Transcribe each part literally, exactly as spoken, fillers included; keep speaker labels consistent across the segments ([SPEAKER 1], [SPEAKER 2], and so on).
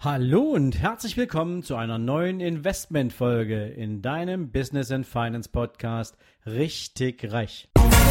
[SPEAKER 1] Hallo und herzlich willkommen zu einer neuen Investmentfolge in deinem Business and Finance Podcast Richtig Reich.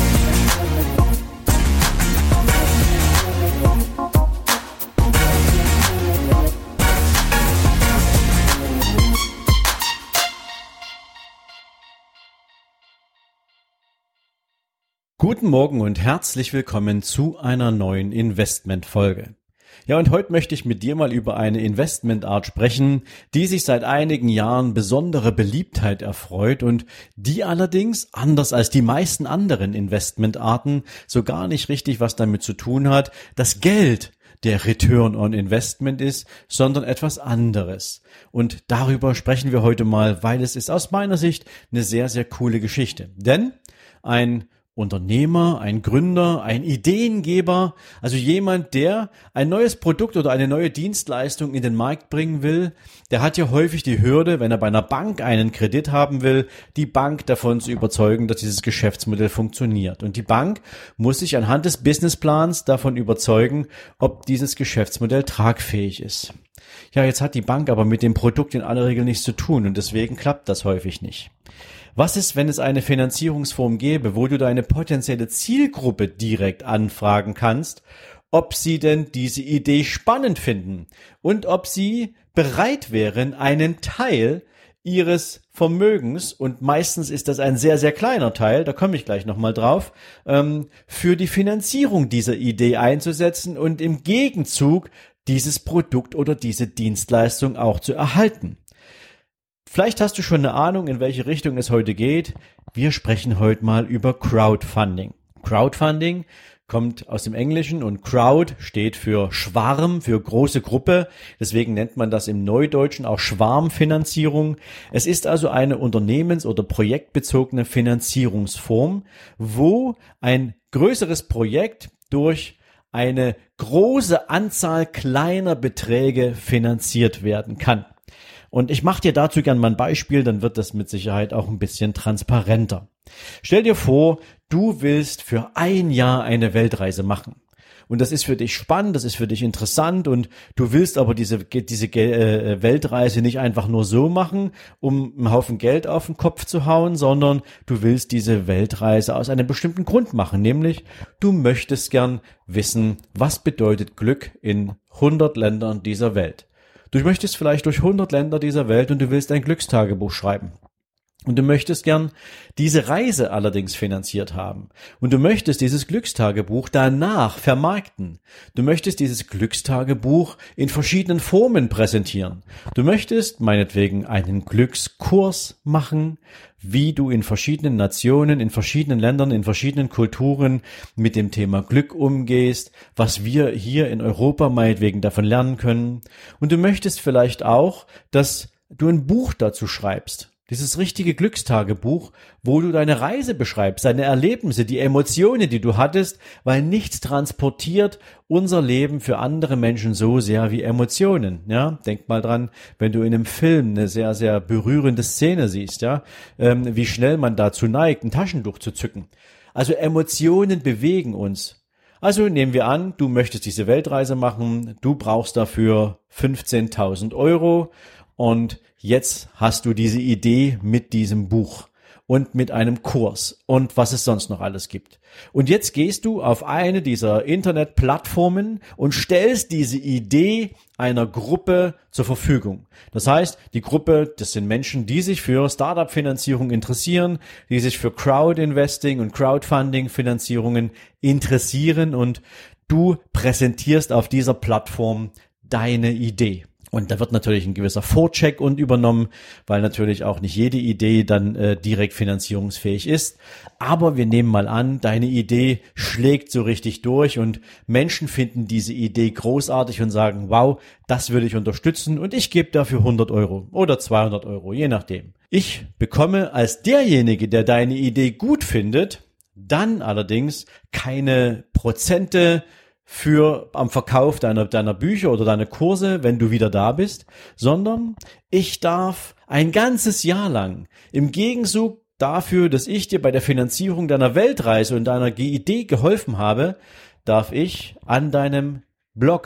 [SPEAKER 1] Guten Morgen und herzlich willkommen zu einer neuen Investmentfolge. Ja, und heute möchte ich mit dir mal über eine Investmentart sprechen, die sich seit einigen Jahren besondere Beliebtheit erfreut und die allerdings, anders als die meisten anderen Investmentarten, so gar nicht richtig was damit zu tun hat, dass Geld der Return on Investment ist, sondern etwas anderes. Und darüber sprechen wir heute mal, weil es ist aus meiner Sicht eine sehr, sehr coole Geschichte. Denn ein Unternehmer, ein Gründer, ein Ideengeber, also jemand, der ein neues Produkt oder eine neue Dienstleistung in den Markt bringen will, der hat ja häufig die Hürde, wenn er bei einer Bank einen Kredit haben will, die Bank davon zu überzeugen, dass dieses Geschäftsmodell funktioniert. Und die Bank muss sich anhand des Businessplans davon überzeugen, ob dieses Geschäftsmodell tragfähig ist. Ja, jetzt hat die Bank aber mit dem Produkt in aller Regel nichts zu tun und deswegen klappt das häufig nicht. Was ist, wenn es eine Finanzierungsform gäbe, wo du deine potenzielle Zielgruppe direkt anfragen kannst, ob sie denn diese Idee spannend finden und ob sie bereit wären, einen Teil ihres Vermögens, und meistens ist das ein sehr, sehr kleiner Teil, da komme ich gleich nochmal drauf, ähm, für die Finanzierung dieser Idee einzusetzen und im Gegenzug dieses Produkt oder diese Dienstleistung auch zu erhalten. Vielleicht hast du schon eine Ahnung, in welche Richtung es heute geht. Wir sprechen heute mal über Crowdfunding. Crowdfunding kommt aus dem Englischen und Crowd steht für Schwarm, für große Gruppe. Deswegen nennt man das im Neudeutschen auch Schwarmfinanzierung. Es ist also eine unternehmens- oder projektbezogene Finanzierungsform, wo ein größeres Projekt durch eine große Anzahl kleiner Beträge finanziert werden kann. Und ich mache dir dazu gern mal ein Beispiel, dann wird das mit Sicherheit auch ein bisschen transparenter. Stell dir vor, du willst für ein Jahr eine Weltreise machen. Und das ist für dich spannend, das ist für dich interessant und du willst aber diese, diese äh, Weltreise nicht einfach nur so machen, um einen Haufen Geld auf den Kopf zu hauen, sondern du willst diese Weltreise aus einem bestimmten Grund machen, nämlich du möchtest gern wissen, was bedeutet Glück in hundert Ländern dieser Welt. Du möchtest vielleicht durch hundert Länder dieser Welt und du willst ein Glückstagebuch schreiben. Und du möchtest gern diese Reise allerdings finanziert haben. Und du möchtest dieses Glückstagebuch danach vermarkten. Du möchtest dieses Glückstagebuch in verschiedenen Formen präsentieren. Du möchtest meinetwegen einen Glückskurs machen, wie du in verschiedenen Nationen, in verschiedenen Ländern, in verschiedenen Kulturen mit dem Thema Glück umgehst, was wir hier in Europa meinetwegen davon lernen können. Und du möchtest vielleicht auch, dass du ein Buch dazu schreibst. Dieses richtige Glückstagebuch, wo du deine Reise beschreibst, deine Erlebnisse, die Emotionen, die du hattest, weil nichts transportiert unser Leben für andere Menschen so sehr wie Emotionen. Ja, denk mal dran, wenn du in einem Film eine sehr, sehr berührende Szene siehst, ja, ähm, wie schnell man dazu neigt, ein Taschentuch zu zücken. Also Emotionen bewegen uns. Also nehmen wir an, du möchtest diese Weltreise machen, du brauchst dafür fünfzehntausend Euro. Und jetzt hast du diese Idee mit diesem Buch und mit einem Kurs und was es sonst noch alles gibt. Und jetzt gehst du auf eine dieser Internetplattformen und stellst diese Idee einer Gruppe zur Verfügung. Das heißt, die Gruppe, das sind Menschen, die sich für Startup-Finanzierung interessieren, die sich für Crowd-Investing und Crowdfunding-Finanzierungen interessieren und du präsentierst auf dieser Plattform deine Idee. Und da wird natürlich ein gewisser Vorcheck und übernommen, weil natürlich auch nicht jede Idee dann äh, direkt finanzierungsfähig ist. Aber wir nehmen mal an, deine Idee schlägt so richtig durch und Menschen finden diese Idee großartig und sagen, wow, das würde ich unterstützen und ich gebe dafür hundert Euro oder zweihundert Euro, je nachdem. Ich bekomme als derjenige, der deine Idee gut findet, dann allerdings keine Prozente für am Verkauf deiner, deiner Bücher oder deiner Kurse, wenn du wieder da bist, sondern ich darf ein ganzes Jahr lang im Gegenzug dafür, dass ich dir bei der Finanzierung deiner Weltreise und deiner Idee geholfen habe, darf ich an deinem Blog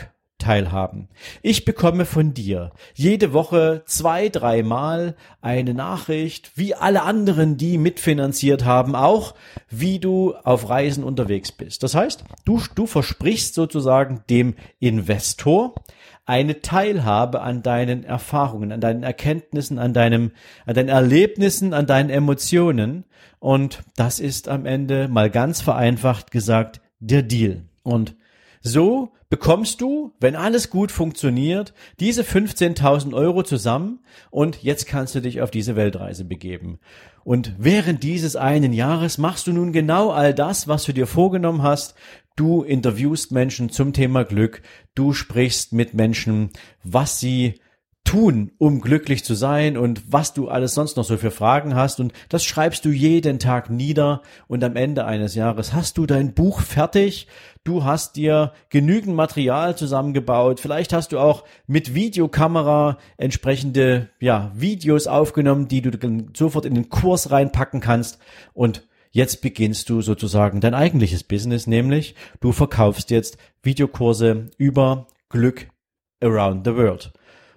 [SPEAKER 1] teilhaben. Ich bekomme von dir jede Woche zwei, dreimal eine Nachricht, wie alle anderen, die mitfinanziert haben, auch wie du auf Reisen unterwegs bist. Das heißt, du, du versprichst sozusagen dem Investor eine Teilhabe an deinen Erfahrungen, an deinen Erkenntnissen, an deinem, an deinen Erlebnissen, an deinen Emotionen. Und das ist am Ende mal ganz vereinfacht gesagt der Deal. Und so bekommst du, wenn alles gut funktioniert, diese fünfzehntausend Euro zusammen und jetzt kannst du dich auf diese Weltreise begeben. Und während dieses einen Jahres machst du nun genau all das, was du dir vorgenommen hast. Du interviewst Menschen zum Thema Glück, du sprichst mit Menschen, was sie tun, um glücklich zu sein und was du alles sonst noch so für Fragen hast, und das schreibst du jeden Tag nieder und am Ende eines Jahres hast du dein Buch fertig, du hast dir genügend Material zusammengebaut, vielleicht hast du auch mit Videokamera entsprechende ja Videos aufgenommen, die du sofort in den Kurs reinpacken kannst, und jetzt beginnst du sozusagen dein eigentliches Business, nämlich du verkaufst jetzt Videokurse über Glück around the world.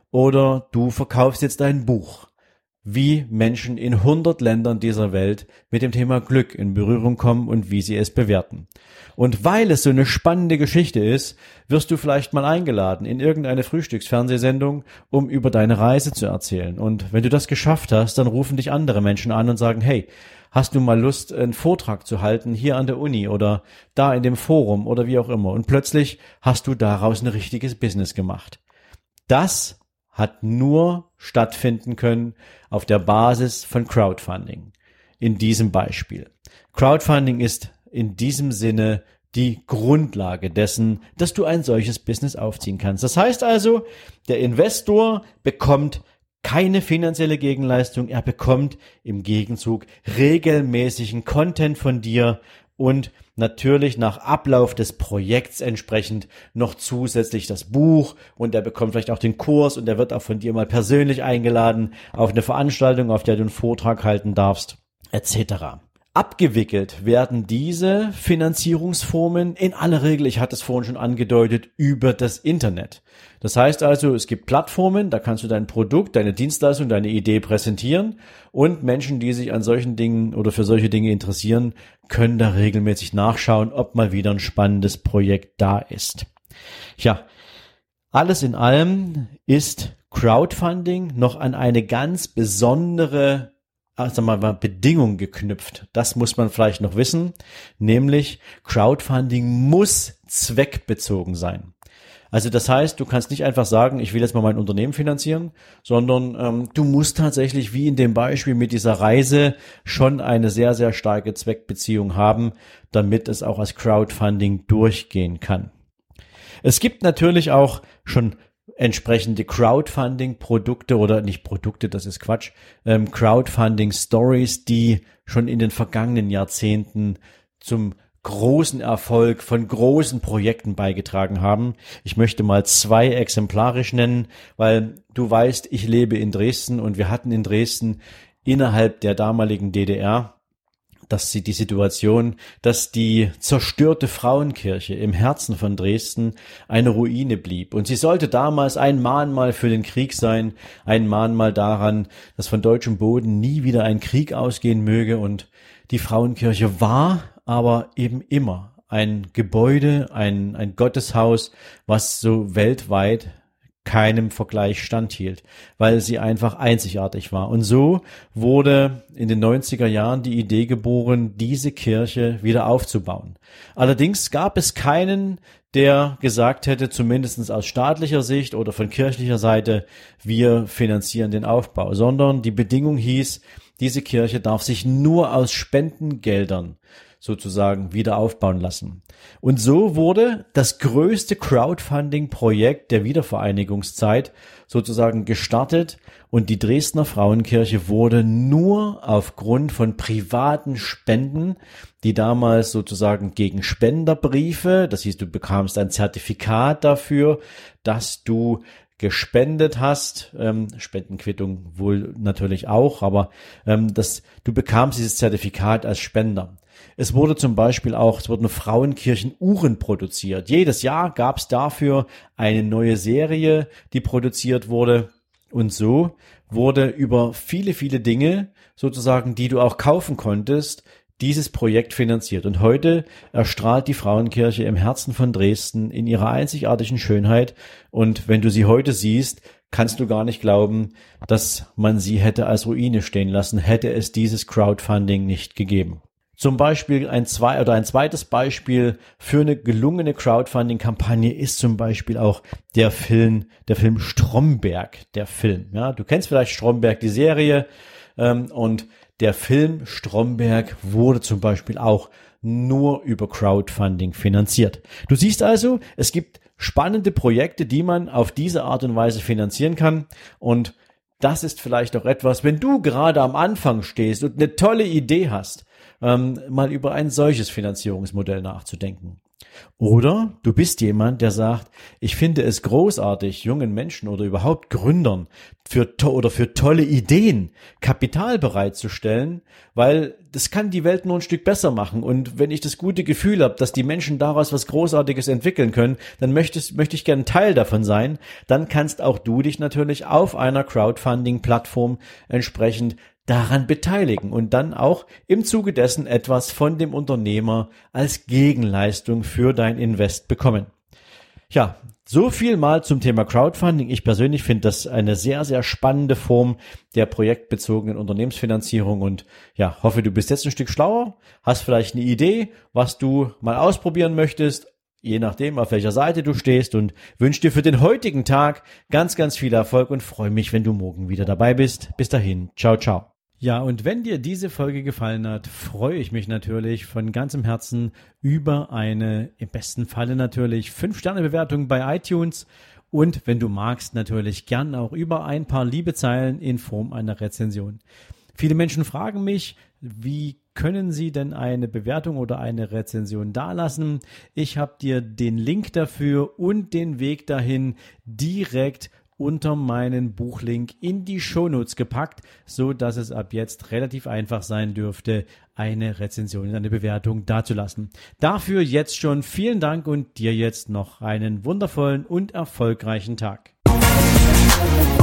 [SPEAKER 1] Oder du verkaufst jetzt ein Buch, wie Menschen in hundert Ländern dieser Welt mit dem Thema Glück in Berührung kommen und wie sie es bewerten. Und weil es so eine spannende Geschichte ist, wirst du vielleicht mal eingeladen in irgendeine Frühstücksfernsehsendung, um über deine Reise zu erzählen. Und wenn du das geschafft hast, dann rufen dich andere Menschen an und sagen, hey, hast du mal Lust, einen Vortrag zu halten hier an der Uni oder da in dem Forum oder wie auch immer. Und plötzlich hast du daraus ein richtiges Business gemacht. Das hat nur stattfinden können auf der Basis von Crowdfunding. In diesem Beispiel. Crowdfunding ist in diesem Sinne die Grundlage dessen, dass du ein solches Business aufziehen kannst. Das heißt also, der Investor bekommt keine finanzielle Gegenleistung, er bekommt im Gegenzug regelmäßigen Content von dir und natürlich nach Ablauf des Projekts entsprechend noch zusätzlich das Buch, und er bekommt vielleicht auch den Kurs und er wird auch von dir mal persönlich eingeladen auf eine Veranstaltung, auf der du einen Vortrag halten darfst, et cetera. Abgewickelt werden diese Finanzierungsformen in aller Regel, ich hatte es vorhin schon angedeutet, über das Internet. Das heißt also, es gibt Plattformen, da kannst du dein Produkt, deine Dienstleistung, deine Idee präsentieren, und Menschen, die sich an solchen Dingen oder für solche Dinge interessieren, können da regelmäßig nachschauen, ob mal wieder ein spannendes Projekt da ist. Ja, alles in allem ist Crowdfunding noch an eine ganz besondere also mal Bedingung geknüpft. Das muss man vielleicht noch wissen, nämlich Crowdfunding muss zweckbezogen sein. Also das heißt, du kannst nicht einfach sagen, ich will jetzt mal mein Unternehmen finanzieren, sondern ähm, du musst tatsächlich, wie in dem Beispiel mit dieser Reise, schon eine sehr, sehr starke Zweckbeziehung haben, damit es auch als Crowdfunding durchgehen kann. Es gibt natürlich auch schon entsprechende Crowdfunding-Produkte oder nicht Produkte, das ist Quatsch, ähm, Crowdfunding-Stories, die schon in den vergangenen Jahrzehnten zum großen Erfolg von großen Projekten beigetragen haben. Ich möchte mal zwei exemplarisch nennen, weil du weißt, ich lebe in Dresden und wir hatten in Dresden innerhalb der damaligen D D R dass sie die Situation, dass die zerstörte Frauenkirche im Herzen von Dresden eine Ruine blieb. Und sie sollte damals ein Mahnmal für den Krieg sein, ein Mahnmal daran, dass von deutschem Boden nie wieder ein Krieg ausgehen möge. Und die Frauenkirche war aber eben immer ein Gebäude, ein, ein Gotteshaus, was so weltweit keinem Vergleich standhielt, weil sie einfach einzigartig war. Und so wurde in den neunziger Jahren die Idee geboren, diese Kirche wieder aufzubauen. Allerdings gab es keinen, der gesagt hätte, zumindest aus staatlicher Sicht oder von kirchlicher Seite, wir finanzieren den Aufbau, sondern die Bedingung hieß, diese Kirche darf sich nur aus Spendengeldern sozusagen wieder aufbauen lassen. Und so wurde das größte Crowdfunding-Projekt der Wiedervereinigungszeit sozusagen gestartet, und die Dresdner Frauenkirche wurde nur aufgrund von privaten Spenden, die damals sozusagen gegen Spenderbriefe, das hieß, du bekamst ein Zertifikat dafür, dass du gespendet hast, ähm, Spendenquittung wohl natürlich auch, aber ähm, das, du bekamst dieses Zertifikat als Spender. Es wurde zum Beispiel auch, es wurden Frauenkirchenuhren produziert. Jedes Jahr gab es dafür eine neue Serie, die produziert wurde. Und so wurde über viele, viele Dinge sozusagen, die du auch kaufen konntest, dieses Projekt finanziert. Und heute erstrahlt die Frauenkirche im Herzen von Dresden in ihrer einzigartigen Schönheit. Und wenn du sie heute siehst, kannst du gar nicht glauben, dass man sie hätte als Ruine stehen lassen, hätte es dieses Crowdfunding nicht gegeben. Zum Beispiel ein zwei oder ein zweites Beispiel für eine gelungene Crowdfunding-Kampagne ist zum Beispiel auch der Film, der Film Stromberg, der Film. Ja, du kennst vielleicht Stromberg, die Serie, ähm, und der Film Stromberg wurde zum Beispiel auch nur über Crowdfunding finanziert. Du siehst also, es gibt spannende Projekte, die man auf diese Art und Weise finanzieren kann, und das ist vielleicht auch etwas, wenn du gerade am Anfang stehst und eine tolle Idee hast, ähm, mal über ein solches Finanzierungsmodell nachzudenken. Oder du bist jemand, der sagt, ich finde es großartig, jungen Menschen oder überhaupt Gründern für to- oder für tolle Ideen Kapital bereitzustellen, weil das kann die Welt nur ein Stück besser machen. Und wenn ich das gute Gefühl habe, dass die Menschen daraus was Großartiges entwickeln können, dann möchte, möchte ich gerne Teil davon sein. Dann kannst auch du dich natürlich auf einer Crowdfunding-Plattform entsprechend daran beteiligen und dann auch im Zuge dessen etwas von dem Unternehmer als Gegenleistung für dein Invest bekommen. Ja, so viel mal zum Thema Crowdfunding. Ich persönlich finde das eine sehr, sehr spannende Form der projektbezogenen Unternehmensfinanzierung und ja, hoffe, du bist jetzt ein Stück schlauer, hast vielleicht eine Idee, was du mal ausprobieren möchtest, je nachdem, auf welcher Seite du stehst, und wünsche dir für den heutigen Tag ganz, ganz viel Erfolg und freue mich, wenn du morgen wieder dabei bist. Bis dahin, ciao, ciao. Ja, und wenn dir diese Folge gefallen hat, freue ich mich natürlich von ganzem Herzen über eine, im besten Falle natürlich, fünf Sterne Bewertung bei iTunes und wenn du magst, natürlich gern auch über ein paar liebe Zeilen in Form einer Rezension. Viele Menschen fragen mich, wie können sie denn eine Bewertung oder eine Rezension dalassen? Ich habe dir den Link dafür und den Weg dahin direkt unter meinen Buchlink in die Shownotes gepackt, so dass es ab jetzt relativ einfach sein dürfte, eine Rezension, eine Bewertung dazulassen. Dafür jetzt schon vielen Dank und dir jetzt noch einen wundervollen und erfolgreichen Tag.